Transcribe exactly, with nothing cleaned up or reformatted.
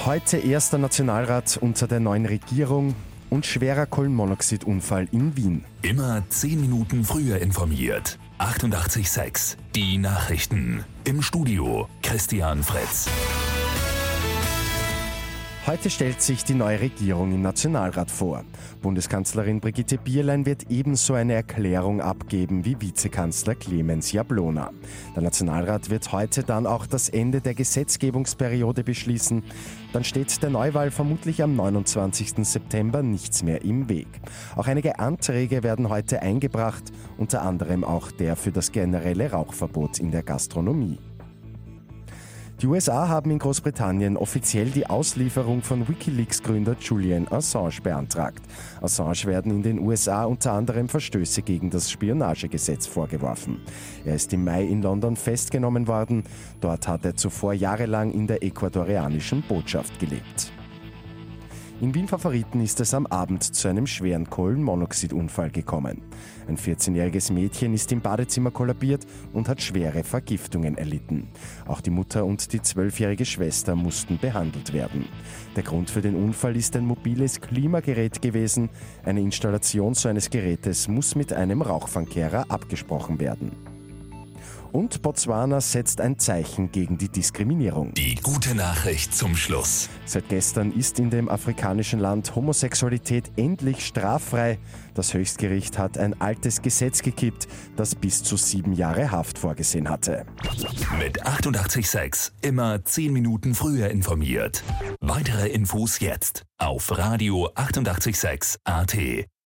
Heute erster Nationalrat unter der neuen Regierung und schwerer Kohlenmonoxidunfall in Wien. Immer zehn Minuten früher informiert. achtundachtzig Komma sechs. Die Nachrichten. Im Studio Christian Fritz. Heute stellt sich die neue Regierung im Nationalrat vor. Bundeskanzlerin Brigitte Bierlein wird ebenso eine Erklärung abgeben wie Vizekanzler Clemens Jablona. Der Nationalrat wird heute dann auch das Ende der Gesetzgebungsperiode beschließen. Dann steht der Neuwahl vermutlich am neunundzwanzigsten September nichts mehr im Weg. Auch einige Anträge werden heute eingebracht, unter anderem auch der für das generelle Rauchverbot in der Gastronomie. Die U S A haben in Großbritannien offiziell die Auslieferung von WikiLeaks-Gründer Julian Assange beantragt. Assange werden in den U S A unter anderem Verstöße gegen das Spionagegesetz vorgeworfen. Er ist im Mai in London festgenommen worden. Dort hat er zuvor jahrelang in der ecuadorianischen Botschaft gelebt. In Wien-Favoriten ist es am Abend zu einem schweren Kohlenmonoxidunfall gekommen. Ein vierzehnjähriges Mädchen ist im Badezimmer kollabiert und hat schwere Vergiftungen erlitten. Auch die Mutter und die zwölfjährige Schwester mussten behandelt werden. Der Grund für den Unfall ist ein mobiles Klimagerät gewesen. Eine Installation so eines Gerätes muss mit einem Rauchfangkehrer abgesprochen werden. Und Botswana setzt ein Zeichen gegen die Diskriminierung. Die gute Nachricht zum Schluss. Seit gestern ist in dem afrikanischen Land Homosexualität endlich straffrei. Das Höchstgericht hat ein altes Gesetz gekippt, das bis zu sieben Jahre Haft vorgesehen hatte. Mit achtundachtzig Komma sechs immer zehn Minuten früher informiert. Weitere Infos jetzt auf Radio achtundachtzig Komma sechs A T.